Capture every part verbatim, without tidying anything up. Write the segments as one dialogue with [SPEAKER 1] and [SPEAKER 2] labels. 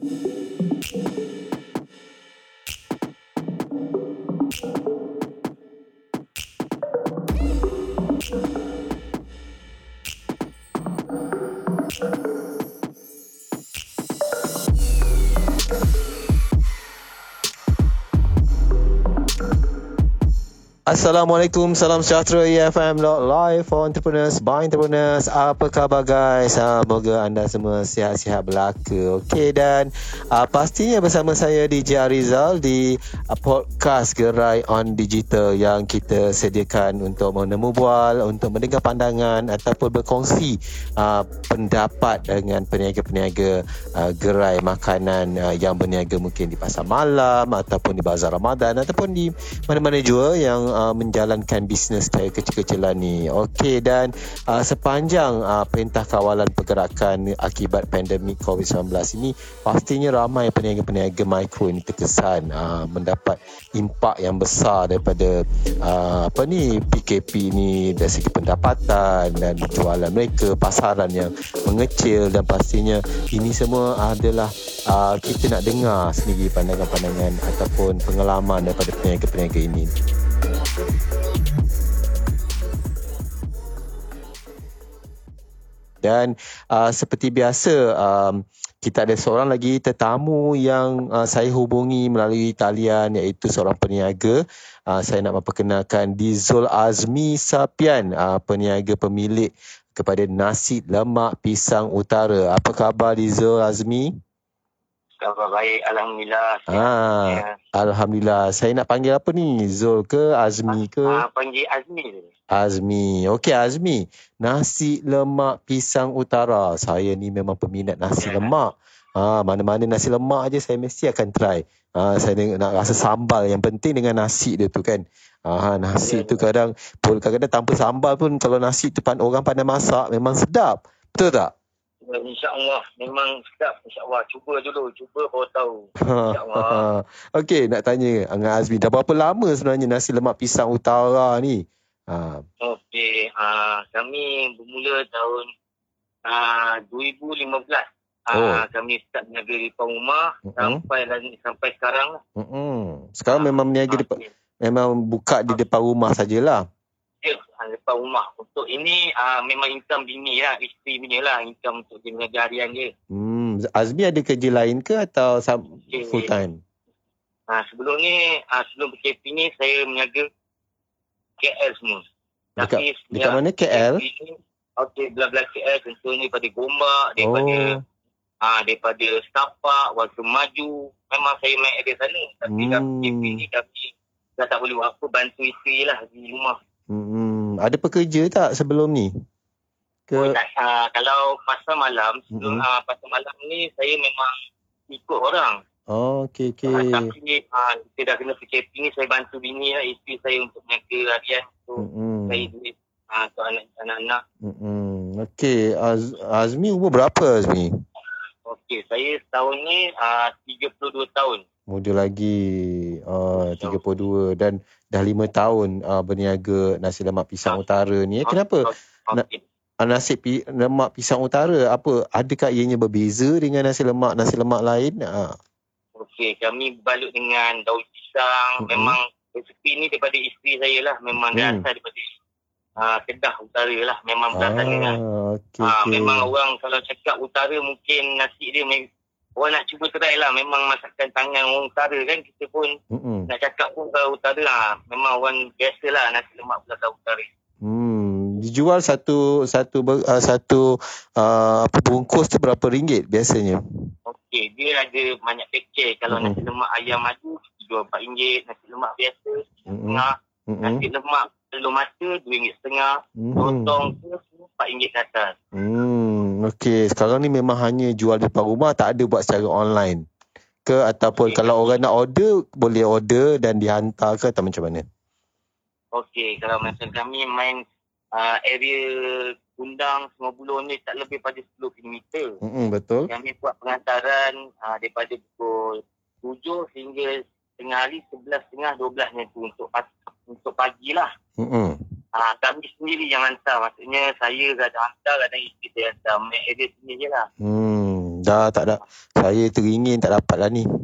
[SPEAKER 1] Assalamualaikum, salam sejahtera E F M Live for Entrepreneurs by Entrepreneurs. Apa khabar guys? Ha, moga anda semua sihat-sihat belaka. Okey, dan uh, pastinya bersama saya D J Arizal di uh, podcast Gerai on Digital yang kita sediakan untuk menemu bual, untuk mendengar pandangan ataupun berkongsi uh, pendapat dengan peniaga-peniaga uh, gerai makanan uh, yang berniaga mungkin di pasar malam ataupun di bazar Ramadan ataupun di mana-mana jua yang uh, menjalankan bisnes saya kecil-kecilan ni. Okey, dan uh, sepanjang uh, perintah kawalan pergerakan akibat pandemik covid sembilan belas ini, pastinya ramai peniaga-peniaga mikro ini terkesan uh, mendapat impak yang besar daripada uh, apa ni P K P ni dari segi pendapatan dan jualan mereka, pasaran yang mengecil, dan pastinya ini semua adalah uh, kita nak dengar sendiri pandangan-pandangan ataupun pengalaman daripada peniaga-peniaga ini. Dan uh, seperti biasa, um, kita ada seorang lagi tetamu yang uh, saya hubungi melalui talian, iaitu seorang peniaga. Uh, saya nak memperkenalkan Dizul Azmi Sapian, uh, peniaga pemilik kepada Nasi Lemak Pisang Utara. Apa khabar Dizul Azmi?
[SPEAKER 2] Khabar baik, Alhamdulillah.
[SPEAKER 1] Ah,
[SPEAKER 2] Ya.
[SPEAKER 1] Alhamdulillah. Saya nak panggil apa ni? Zul ke Azmi ke?
[SPEAKER 2] Ah, panggil Azmi.
[SPEAKER 1] Azmi. Okey Azmi. Nasi lemak pisang utara. Saya ni memang peminat nasi
[SPEAKER 2] Ya.
[SPEAKER 1] lemak. Ha, mana-mana nasi lemak aja saya mesti akan try. Ha, saya nak, nak rasa sambal. Yang penting dengan nasi dia tu kan. Ha, nasi
[SPEAKER 2] Ya,
[SPEAKER 1] tu kadang, kadang-kadang tanpa sambal pun, kalau nasi tu pan, orang pandai masak, memang sedap. Betul tak?
[SPEAKER 2] InsyaAllah. Memang sedap. InsyaAllah. Cuba dulu. Cuba baru tahu. InsyaAllah.
[SPEAKER 1] Okey, nak tanya dengan Azmi, dah berapa lama sebenarnya nasi lemak pisang utara ni? Ha.
[SPEAKER 2] Okey. Ah, kami bermula tahun ah, dua ribu lima belas. Ah,
[SPEAKER 1] Oh.
[SPEAKER 2] Kami start berniaga di depan rumah.
[SPEAKER 1] Mm-mm.
[SPEAKER 2] Sampai sampai sekarang.
[SPEAKER 1] Mm-mm. Sekarang
[SPEAKER 2] Ah,
[SPEAKER 1] memang berniaga di,
[SPEAKER 2] okey.
[SPEAKER 1] memang buka di depan rumah sajalah.
[SPEAKER 2] Ya, ah, depan rumah. Untuk ini ah, memang income bini lah. Isteri bini lah. Income untuk dia mengajar harian dia.
[SPEAKER 1] Hmm, Azmi ada kerja lain ke atau
[SPEAKER 2] Okey.
[SPEAKER 1] full time?
[SPEAKER 2] Ha, sebelum ni, ha, sebelum P K P ni, saya meniaga K L semua.
[SPEAKER 1] Dekat,
[SPEAKER 2] Tapi
[SPEAKER 1] dekat mana K L?
[SPEAKER 2] Okey, belah-belah K L, contohnya daripada Gombak, daripada
[SPEAKER 1] Oh.
[SPEAKER 2] ha, daripada Setapak, Waktu Maju. Memang saya main area sana. Tapi
[SPEAKER 1] Hmm.
[SPEAKER 2] dah P K P ni, kami dah tak boleh buat apa, bantu isteri lah di rumah.
[SPEAKER 1] Hmm, ada pekerja tak sebelum ni? Ke?
[SPEAKER 2] Oh, tak, ha, kalau pasar malam, sebelum
[SPEAKER 1] Mm-mm.
[SPEAKER 2] ha, pasar malam ni, saya memang ikut orang.
[SPEAKER 1] Oh, okey
[SPEAKER 2] Ha,
[SPEAKER 1] okey.
[SPEAKER 2] tapi ha, kita dah kena P K P ni, saya bantu bini lah, isteri saya untuk meniaga harian. So,
[SPEAKER 1] Hmm.
[SPEAKER 2] saya duit ha, untuk anak- anak-anak.
[SPEAKER 1] Hmm. Okey, Az, Azmi umur berapa Azmi?
[SPEAKER 2] Okey, saya setahun ni uh, tiga puluh dua tahun.
[SPEAKER 1] Muda lagi. Uh, tiga puluh dua dan dah lima tahun uh, berniaga nasi lemak pisang utara ni. Eh, kenapa?
[SPEAKER 2] Okey.
[SPEAKER 1] Uh, nasi pi, lemak pisang utara, apa? Adakah ianya berbeza dengan nasi lemak nasi lemak lain? Uh.
[SPEAKER 2] Okey, kami balut dengan daun pisang.
[SPEAKER 1] Mm-mm.
[SPEAKER 2] Memang resepi ni daripada isteri saya lah. Memang
[SPEAKER 1] Mm.
[SPEAKER 2] dia asal daripada uh, Kedah Utara lah. Memang belah sana lah.
[SPEAKER 1] Ah, okey
[SPEAKER 2] Uh,
[SPEAKER 1] okey.
[SPEAKER 2] memang orang kalau cakap utara mungkin nasi dia me- orang nak cuba try lah. Memang masakan tangan orang utara kan. Kita pun
[SPEAKER 1] Mm-mm.
[SPEAKER 2] nak cakap pun kalau utara lah. Memang orang biasa lah nasi lemak belakang utara.
[SPEAKER 1] Hmm, dijual satu satu ber- uh, satu uh, apa bungkus tu berapa ringgit biasanya?
[SPEAKER 2] Okey, dia ada banyak package. Kalau
[SPEAKER 1] Mm-mm.
[SPEAKER 2] nasi lemak ayam madu, jual empat ringgit. Nasi lemak biasa,
[SPEAKER 1] Mm-mm.
[SPEAKER 2] setengah.
[SPEAKER 1] Mm-mm.
[SPEAKER 2] Nasi lemak telur mata, dua ringgit setengah.
[SPEAKER 1] Mm-mm.
[SPEAKER 2] Lontong tu, empat ringgit ke atas.
[SPEAKER 1] Hmm, okey. Sekarang ni memang hanya jual di depan rumah, tak ada buat secara online ke, ataupun
[SPEAKER 2] Okey.
[SPEAKER 1] kalau orang nak order, boleh order dan dihantar ke atau macam mana?
[SPEAKER 2] Okey, kalau macam kami main uh, area Kundang, Semua Buloh ni tak lebih pada sepuluh kilometer.
[SPEAKER 1] Hmm, betul.
[SPEAKER 2] Kami buat pengantaran uh, daripada pukul tujuh hingga tengah hari sebelas tiga puluh, dua belas ni tu untuk, untuk pagi lah.
[SPEAKER 1] Hmm.
[SPEAKER 2] Ah, kami sendiri yang hantar. Maksudnya saya kadang hantar, kadang isteri saya hantar. Main area sini je lah.
[SPEAKER 1] Hmm. dah tak ada. Saya teringin tak dapat lah ni.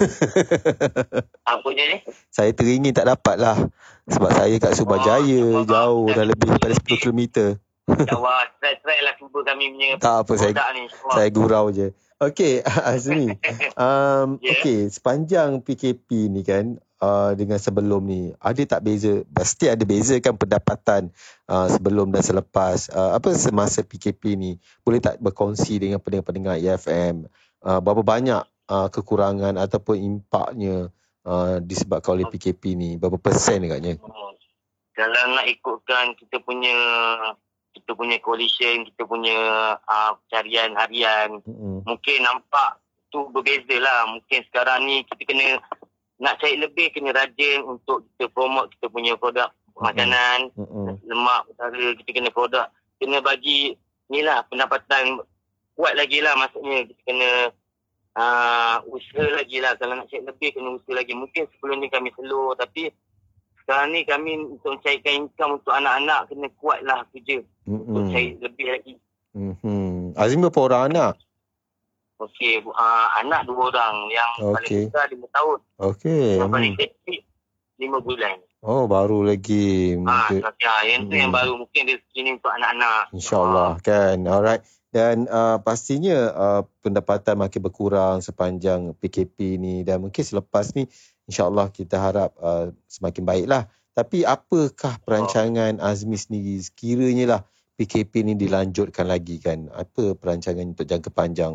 [SPEAKER 2] Apa je ni?
[SPEAKER 1] Saya teringin tak dapat lah. Sebab saya kat Subrajaya,
[SPEAKER 2] Oh,
[SPEAKER 1] jauh
[SPEAKER 2] dah
[SPEAKER 1] dah lebih
[SPEAKER 2] cuba
[SPEAKER 1] daripada sepuluh kilometer.
[SPEAKER 2] InsyaAllah, try-try lah cuba kami punya
[SPEAKER 1] Tak apa, saya
[SPEAKER 2] produk ni. InsyaAllah.
[SPEAKER 1] saya gurau je. Okey, Azmi. Um,
[SPEAKER 2] Ya.
[SPEAKER 1] Okey, sepanjang P K P ni kan, uh, dengan sebelum ni, ada tak beza? Pasti ada beza kan pendapatan uh, sebelum dan selepas. Uh, apa semasa P K P ni? Boleh tak berkongsi dengan pendengar-pendengar E F M? Uh, berapa banyak uh, kekurangan ataupun impaknya uh, disebabkan oleh P K P ni? Berapa persen agaknya?
[SPEAKER 2] Hmm. Kalau nak ikutkan kita punya kita punya coalition, kita punya uh, carian harian,
[SPEAKER 1] Mm-mm.
[SPEAKER 2] mungkin nampak tu berbeza lah. Mungkin sekarang ni kita kena nak cari lebih, kena rajin untuk kita promote kita punya produk makanan,
[SPEAKER 1] Mm-mm.
[SPEAKER 2] lemak utara, kita kena produk, kena bagi ni lah pendapatan kuat lagi lah. Maksudnya kita kena uh, usaha lagi lah. Kalau nak cari lebih, kena usaha lagi. Mungkin sebelum ni kami slow, tapi sekarang ni kami untuk mencarikan income untuk anak-anak, kena kuat lah kerja
[SPEAKER 1] Mm-mm.
[SPEAKER 2] untuk cari lebih lagi.
[SPEAKER 1] Mm-hmm. Azmi berapa orang anak?
[SPEAKER 2] Okey, uh, anak dua orang. Yang
[SPEAKER 1] Okey.
[SPEAKER 2] paling besar lima tahun.
[SPEAKER 1] Okey.
[SPEAKER 2] Yang paling
[SPEAKER 1] Hmm.
[SPEAKER 2] kecil lima bulan.
[SPEAKER 1] Oh, baru lagi.
[SPEAKER 2] Ah,
[SPEAKER 1] Mungkin,
[SPEAKER 2] ha, yang tu
[SPEAKER 1] Hmm.
[SPEAKER 2] yang baru. Mungkin rezeki ni untuk anak-anak.
[SPEAKER 1] InsyaAllah kan. Alright. Dan uh, pastinya uh, pendapatan makin berkurang sepanjang P K P ni. Dan mungkin selepas ni, insyaAllah kita harap uh, semakin baiklah. Tapi apakah perancangan Azmi sendiri sekiranya lah P K P ni dilanjutkan lagi kan? Apa perancangan untuk jangka panjang?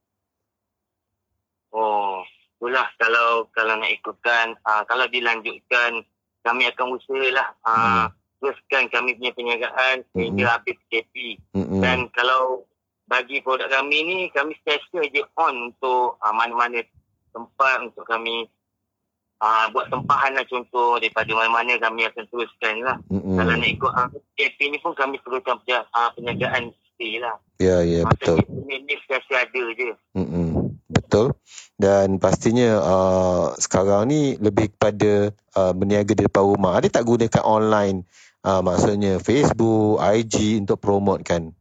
[SPEAKER 2] Oh, itulah kalau kalau nak ikutkan, uh, kalau dilanjutkan, kami akan usahalah uh,
[SPEAKER 1] Hmm.
[SPEAKER 2] teruskan kami punya perniagaan sehingga
[SPEAKER 1] Mm-mm.
[SPEAKER 2] habis P K P.
[SPEAKER 1] Mm-mm.
[SPEAKER 2] Dan kalau bagi produk kami ni, kami setiap je on untuk uh, mana-mana tempat untuk kami uh, buat tempahan lah, contoh daripada mana-mana kami akan teruskan lah.
[SPEAKER 1] Mm-mm.
[SPEAKER 2] Kalau nak ikut uh, P K P ni pun kami teruskan perja- uh, perniagaan stay lah.
[SPEAKER 1] Ya, ya, betul.
[SPEAKER 2] Maksudnya ni setiap ada je.
[SPEAKER 1] Mm-mm. Betul. Dan pastinya uh, sekarang ni lebih kepada uh, berniaga di depan rumah. Ada tak gunakan online? Uh, maksudnya Facebook, I G untuk promote kan?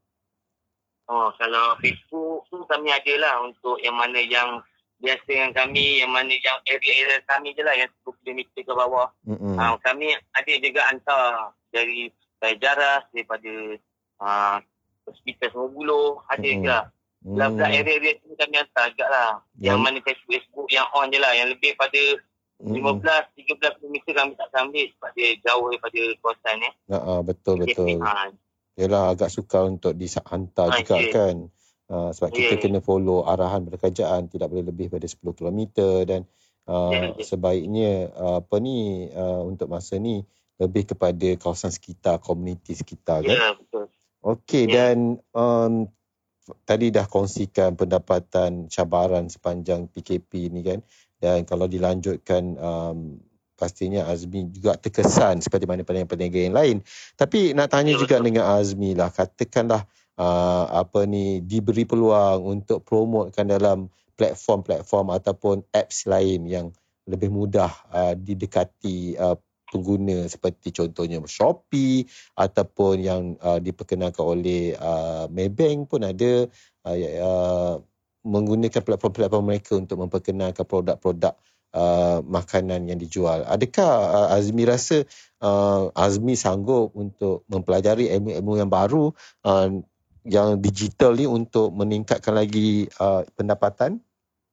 [SPEAKER 2] Oh, kalau Facebook tu kami ada lah untuk yang mana yang biasa dengan kami, yang mana yang area-area kami je lah yang sepuluh kilometer ke bawah.
[SPEAKER 1] Mm-mm.
[SPEAKER 2] Uh, kami ada juga hantar dari dari Jaras, daripada uh, hospital Semua Buluh, ada
[SPEAKER 1] Mm-mm.
[SPEAKER 2] juga.
[SPEAKER 1] Hmm.
[SPEAKER 2] Belah-belah area-area tu kami hantar agak lah. Yang
[SPEAKER 1] Yang-
[SPEAKER 2] mana Facebook yang on je lah. Yang lebih pada
[SPEAKER 1] Mm-mm.
[SPEAKER 2] lima belas, tiga belas kilometer kami tak ambil sebab dia jauh daripada kawasan ni.
[SPEAKER 1] Ah, ah, betul, betul.
[SPEAKER 2] Ha,
[SPEAKER 1] Yalah, agak sukar untuk dihantar
[SPEAKER 2] Ah,
[SPEAKER 1] juga
[SPEAKER 2] ya.
[SPEAKER 1] kan. Uh, sebab kita
[SPEAKER 2] Ya.
[SPEAKER 1] kena follow arahan kerajaan, tidak boleh lebih pada sepuluh kilometer dan uh,
[SPEAKER 2] Ya, ya.
[SPEAKER 1] sebaiknya uh, apa ni uh, untuk masa ni lebih kepada kawasan sekitar, komuniti sekitar kan.
[SPEAKER 2] Ya, betul.
[SPEAKER 1] Okey,
[SPEAKER 2] Ya.
[SPEAKER 1] dan um, tadi dah kongsikan pendapatan cabaran sepanjang P K P ni kan. Dan kalau dilanjutkan um, pastinya Azmi juga terkesan seperti mana peniaga-peniaga yang lain. Tapi nak tanya
[SPEAKER 2] Ya,
[SPEAKER 1] juga
[SPEAKER 2] betul.
[SPEAKER 1] dengan Azmi lah, katakanlah uh, apa ni diberi peluang untuk promotekan dalam platform-platform ataupun apps lain yang lebih mudah uh, didekati uh, pengguna seperti contohnya Shopee ataupun yang uh, diperkenalkan oleh uh, Maybank pun ada uh, uh, menggunakan platform-platform mereka untuk memperkenalkan produk-produk uh, makanan yang dijual. Adakah uh, Azmi rasa uh, Azmi sanggup untuk mempelajari ilmu-ilmu yang baru uh, yang digital ni untuk meningkatkan lagi uh, pendapatan?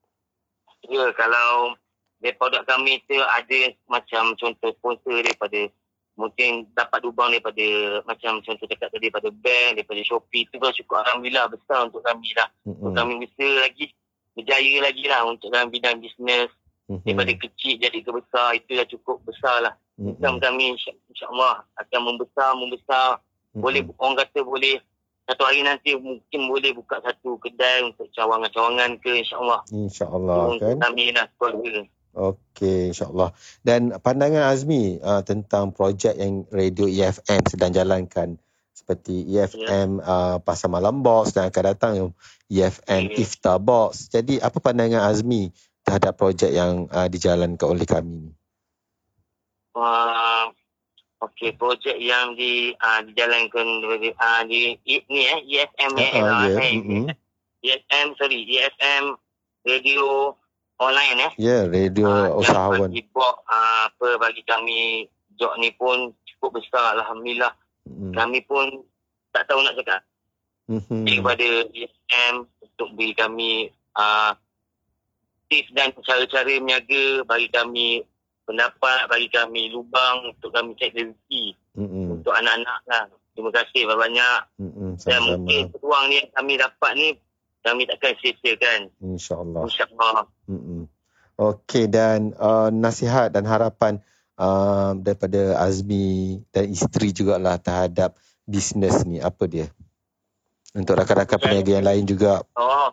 [SPEAKER 2] Ya, kalau dari produk kami tu ada macam contoh sponsor daripada, mungkin dapat lubang daripada macam contoh cakap tadi daripada bank, daripada Shopee, tu kan cukup alhamdulillah besar untuk kami lah. Untuk
[SPEAKER 1] Mm-mm.
[SPEAKER 2] kami bisa lagi berjaya lagi lah untuk dalam bidang bisnes.
[SPEAKER 1] Mm-mm.
[SPEAKER 2] Daripada kecil jadi ke besar, itu dah cukup besar lah.
[SPEAKER 1] Mm-mm.
[SPEAKER 2] Income kami insya- insyaAllah akan membesar, membesar.
[SPEAKER 1] Mm-mm.
[SPEAKER 2] Boleh, orang kata boleh, satu hari nanti mungkin boleh buka satu kedai untuk cawangan-cawangan ke, insyaAllah.
[SPEAKER 1] InsyaAllah
[SPEAKER 2] Itu
[SPEAKER 1] kan.
[SPEAKER 2] untuk kami lah, keluarga.
[SPEAKER 1] Okey, insyaAllah. Dan pandangan Azmi uh, tentang projek yang Radio E F M sedang jalankan seperti E F M uh, Pasar Malam Box dan akan datang E F M
[SPEAKER 2] Ya.
[SPEAKER 1] Iftar Box. Jadi apa pandangan Azmi terhadap projek yang uh, dijalankan oleh kami ni?
[SPEAKER 2] Uh, Okey, projek yang di uh, dijalankan uh, di, di ni eh E F M
[SPEAKER 1] Ah,
[SPEAKER 2] eh,
[SPEAKER 1] ah,
[SPEAKER 2] lah,
[SPEAKER 1] ya.
[SPEAKER 2] eh,
[SPEAKER 1] Mm-mm.
[SPEAKER 2] E E F M, sorry, E F M radio online eh.
[SPEAKER 1] Ya, yeah, radio
[SPEAKER 2] uh,
[SPEAKER 1] usahawan.
[SPEAKER 2] Yang bagi box uh, apa bagi kami job ni pun cukup besar, alhamdulillah. Hmm. Kami pun tak tahu nak cakap. Hmm. Kepada E F M untuk beri kami uh, tips dan cara-cara berniaga, bagi kami pendapat, bagi kami lubang untuk kami cek rezeki hmm. untuk anak-anak lah. Terima kasih banyak-banyak. Hmm. Dan mungkin peluang ni yang kami dapat ni kami takkan sia-siakan.
[SPEAKER 1] InsyaAllah.
[SPEAKER 2] InsyaAllah.
[SPEAKER 1] Hmm. Okey, dan uh, nasihat dan harapan uh, daripada Azmi dan isteri jugalah terhadap bisnes ni, apa dia? Untuk rakan-rakan peniaga yang lain juga.
[SPEAKER 2] Oh,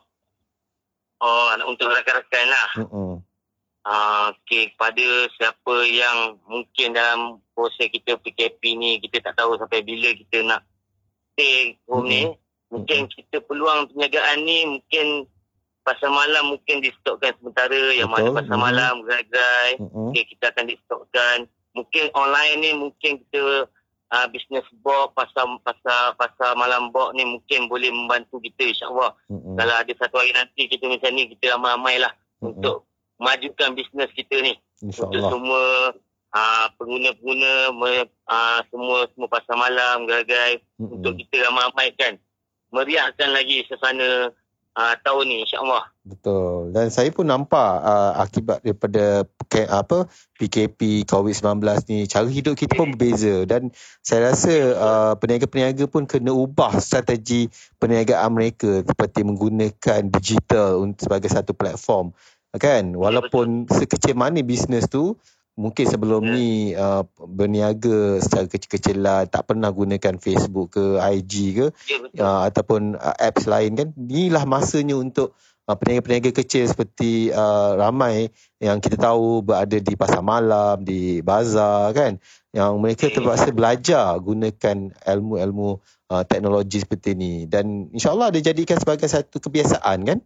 [SPEAKER 2] oh untuk rakan-rakan lah. Uh-uh. Uh, Okey, kepada siapa yang mungkin dalam proses kita P K P ni, kita tak tahu sampai bila kita nak stay home uh-uh. ni. Mungkin uh-uh. kita peluang perniagaan ni mungkin pasar malam mungkin distokkan sementara. Betul. Yang mana pasar uh-huh. malam gerai-gerai uh-huh. okay, kita akan distokkan. Mungkin online ni mungkin kita uh, business box pasar pasar pasar malam box ni mungkin boleh membantu kita, insyaAllah. Uh-huh. Kalau ada satu hari nanti kita macam ni, kita ramai-ramai lah uh-huh. untuk majukan bisnes kita ni, untuk semua uh, pengguna-pengguna uh, semua semua pasar malam gerai-gerai uh-huh. untuk kita ramai-ramai kan, meriahkan lagi suasana Uh, tahun ni, insyaAllah.
[SPEAKER 1] Betul. Dan saya pun nampak uh, akibat daripada P K, apa, P K P covid sembilan belas ni, cara hidup kita pun berbeza. Dan saya rasa uh, peniaga-peniaga pun kena ubah strategi perniagaan mereka, seperti menggunakan digital sebagai satu platform. Kan? Walaupun ya, sekecil mana bisnes tu, mungkin sebelum ya. ni uh, berniaga secara kecil-kecilan, tak pernah gunakan Facebook ke I G ke ya, uh, ataupun uh, apps lain kan. Inilah masanya untuk uh, peniaga-peniaga kecil seperti uh, ramai yang kita tahu berada di pasar malam, di bazar kan, yang mereka terpaksa belajar gunakan ilmu-ilmu uh, teknologi seperti ni, dan insyaAllah dia jadikan sebagai satu kebiasaan kan.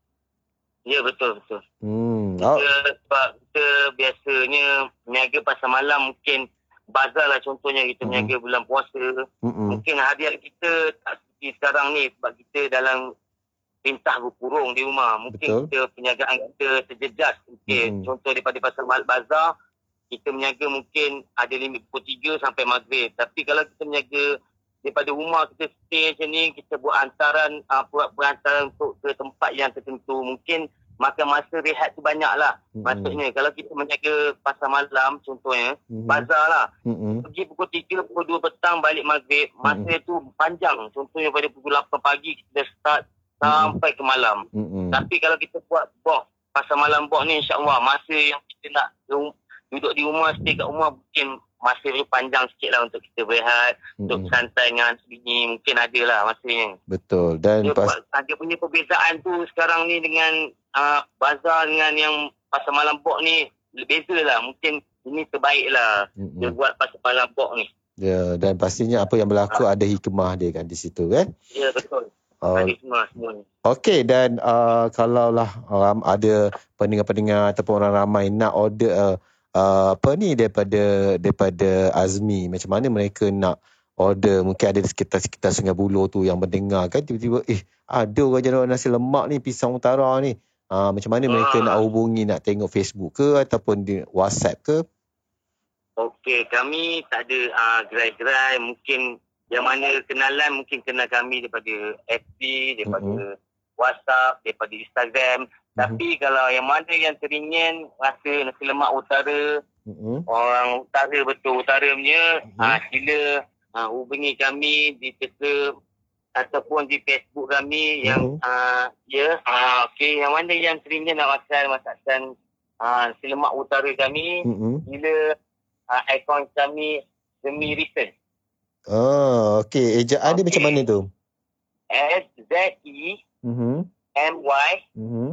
[SPEAKER 2] Ya, betul, betul.
[SPEAKER 1] Hmm.
[SPEAKER 2] Kita, sebab kita biasanya berniaga pasar malam, mungkin bazar lah contohnya, kita berniaga mm-hmm. bulan puasa. Mm-hmm. Mungkin harian kita tak seperti sekarang ni, sebab kita dalam perintah berkurung di rumah. Mungkin betul. Kita perniagaan kita terjejas. Okay. Mm-hmm. Contoh daripada pasar malam bazar, kita berniaga mungkin ada limit pukul tiga sampai maghrib. Tapi kalau kita berniaga daripada rumah, kita stay macam ni, kita buat hantaran, uh, buat hantaran untuk ke tempat yang tertentu, mungkin makan masa rehat tu banyak lah. Mm-hmm. Maksudnya kalau kita menjaga pasar malam contohnya, mm-hmm. bazar lah, mm-hmm. pergi pukul tiga, pukul dua petang, balik maghrib, masa mm-hmm. tu panjang. Contohnya pada pukul lapan pagi kita dah start sampai mm-hmm. ke malam. Mm-hmm. Tapi kalau kita buat box, pasar malam box ni, insyaAllah masa yang kita nak duduk di rumah, stay kat rumah, mungkin masa ni panjang sikit lah untuk kita berehat, mm-hmm. untuk santai dengan sebini, mungkin ada lah masanya.
[SPEAKER 1] Betul. Dan
[SPEAKER 2] dia, pas- dia punya perbezaan tu sekarang ni dengan uh, bazar dengan yang pasar malam box ni, beza lah. Mungkin ini terbaik lah mm-hmm. dia buat pasar malam box ni.
[SPEAKER 1] Ya, dan pastinya apa yang berlaku ha. ada hikmah dia kan di situ kan.
[SPEAKER 2] Ya, betul. Uh, ada hikmah semuanya.
[SPEAKER 1] Okey, dan uh, kalaulah um, ada pendengar-pendengar ataupun orang ramai nak order uh, Uh, apa ni daripada daripada Azmi, macam mana mereka nak order? Mungkin ada sekitar-sekitar Sungai Buloh tu yang mendengar kan, tiba-tiba eh ada orang jual nasi lemak ni, Pisang Utara ni, uh, macam mana mereka ah. nak hubungi, nak tengok Facebook ke ataupun di WhatsApp ke?
[SPEAKER 2] Okey, kami tak ada uh, gerai-gerai. Mungkin yang mana kenalan, mungkin kenal kami daripada F B, daripada mm-hmm. WhatsApp, daripada Instagram. Tapi mm-hmm. kalau yang mana yang teringin rasa nasi lemak utara, mm-hmm. orang utara betul utara punya, mm-hmm. ha, sila ha, hubungi kami di Twitter ataupun di Facebook kami, mm-hmm. yang uh, ya ha, okey, yang mana yang teringin nak makan masakan uh, nasi lemak utara kami, mm-hmm. sila uh, akaun kami Zemi Return.
[SPEAKER 1] Oh, okey. Ejaan okay. dia macam mana tu?
[SPEAKER 2] S Z E M Y
[SPEAKER 1] mm-hmm.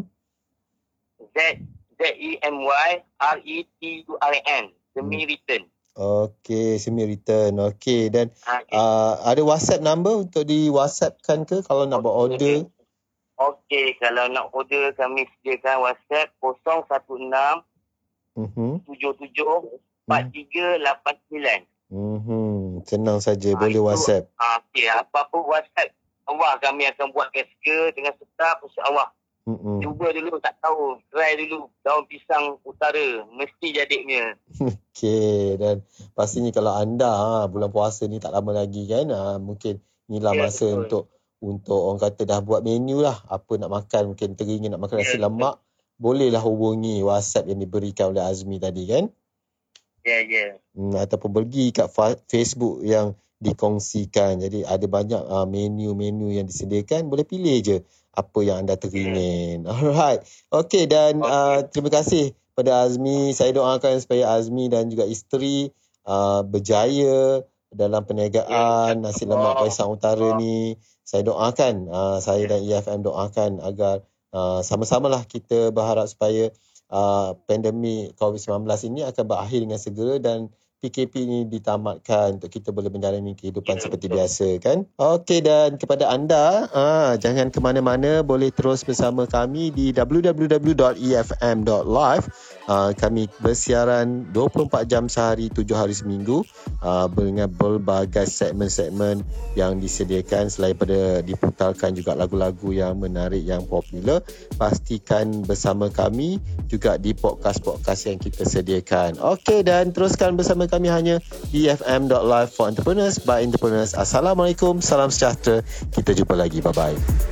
[SPEAKER 2] Z Z E M Y R E T U R N. Semi Return.
[SPEAKER 1] Okey, Semi Return. Okey, dan okay. uh, ada WhatsApp number untuk di WhatsAppkan ke kalau nak okay. buat order?
[SPEAKER 2] Okey, kalau nak order kami sediakan WhatsApp kosong satu enam tujuh tujuh empat tiga lapan sembilan.
[SPEAKER 1] Mhm. Senang saja, ha, boleh itu, WhatsApp.
[SPEAKER 2] Okey, apa-apa WhatsApp insya-Allah kami akan buat keska dengan setap, insya-Allah.
[SPEAKER 1] Mm-mm.
[SPEAKER 2] Cuba dulu, tak tahu. Try dulu daun pisang utara. Mesti jadinya.
[SPEAKER 1] Okey, dan pastinya kalau anda ha, bulan puasa ni tak lama lagi kan, ha, mungkin inilah
[SPEAKER 2] Ya,
[SPEAKER 1] masa
[SPEAKER 2] betul.
[SPEAKER 1] untuk untuk orang kata dah buat menu lah. Apa nak makan, mungkin teringin nak makan
[SPEAKER 2] Ya,
[SPEAKER 1] nasi
[SPEAKER 2] betul.
[SPEAKER 1] lemak, bolehlah hubungi WhatsApp yang diberikan oleh Azmi tadi kan.
[SPEAKER 2] Ya, ya.
[SPEAKER 1] Hmm, ataupun pergi kat fa- Facebook yang dikongsikan. Jadi ada banyak uh, menu-menu yang disediakan. Boleh pilih je apa yang anda teringin. Alright. Okey, dan
[SPEAKER 2] Okey.
[SPEAKER 1] uh, terima kasih pada Azmi. Saya doakan supaya Azmi dan juga isteri uh, berjaya dalam perniagaan
[SPEAKER 2] Ya,
[SPEAKER 1] nasi lemak
[SPEAKER 2] Allah.
[SPEAKER 1] Paisang Utara ni. Saya doakan, uh, saya dan E F M doakan agar uh, sama-samalah kita berharap supaya uh, pandemik covid sembilan belas ini akan berakhir dengan segera dan P K P ni ditamatkan untuk kita boleh menjalani kehidupan
[SPEAKER 2] Ya,
[SPEAKER 1] seperti
[SPEAKER 2] betul.
[SPEAKER 1] biasa kan. Okey, dan kepada anda, ah, jangan ke mana-mana, boleh terus bersama kami di w w w dot e f m dot live. Ah, kami bersiaran dua puluh empat jam sehari, tujuh hari seminggu ah, dengan berbagai segmen-segmen yang disediakan. Selain pada diputarkan juga lagu-lagu yang menarik, yang popular, pastikan bersama kami juga di podcast-podcast yang kita sediakan. Okey, dan teruskan bersama kami hanya di e f m dot live for entrepreneurs by entrepreneurs. Assalamualaikum, salam sejahtera. Kita jumpa lagi. Bye-bye.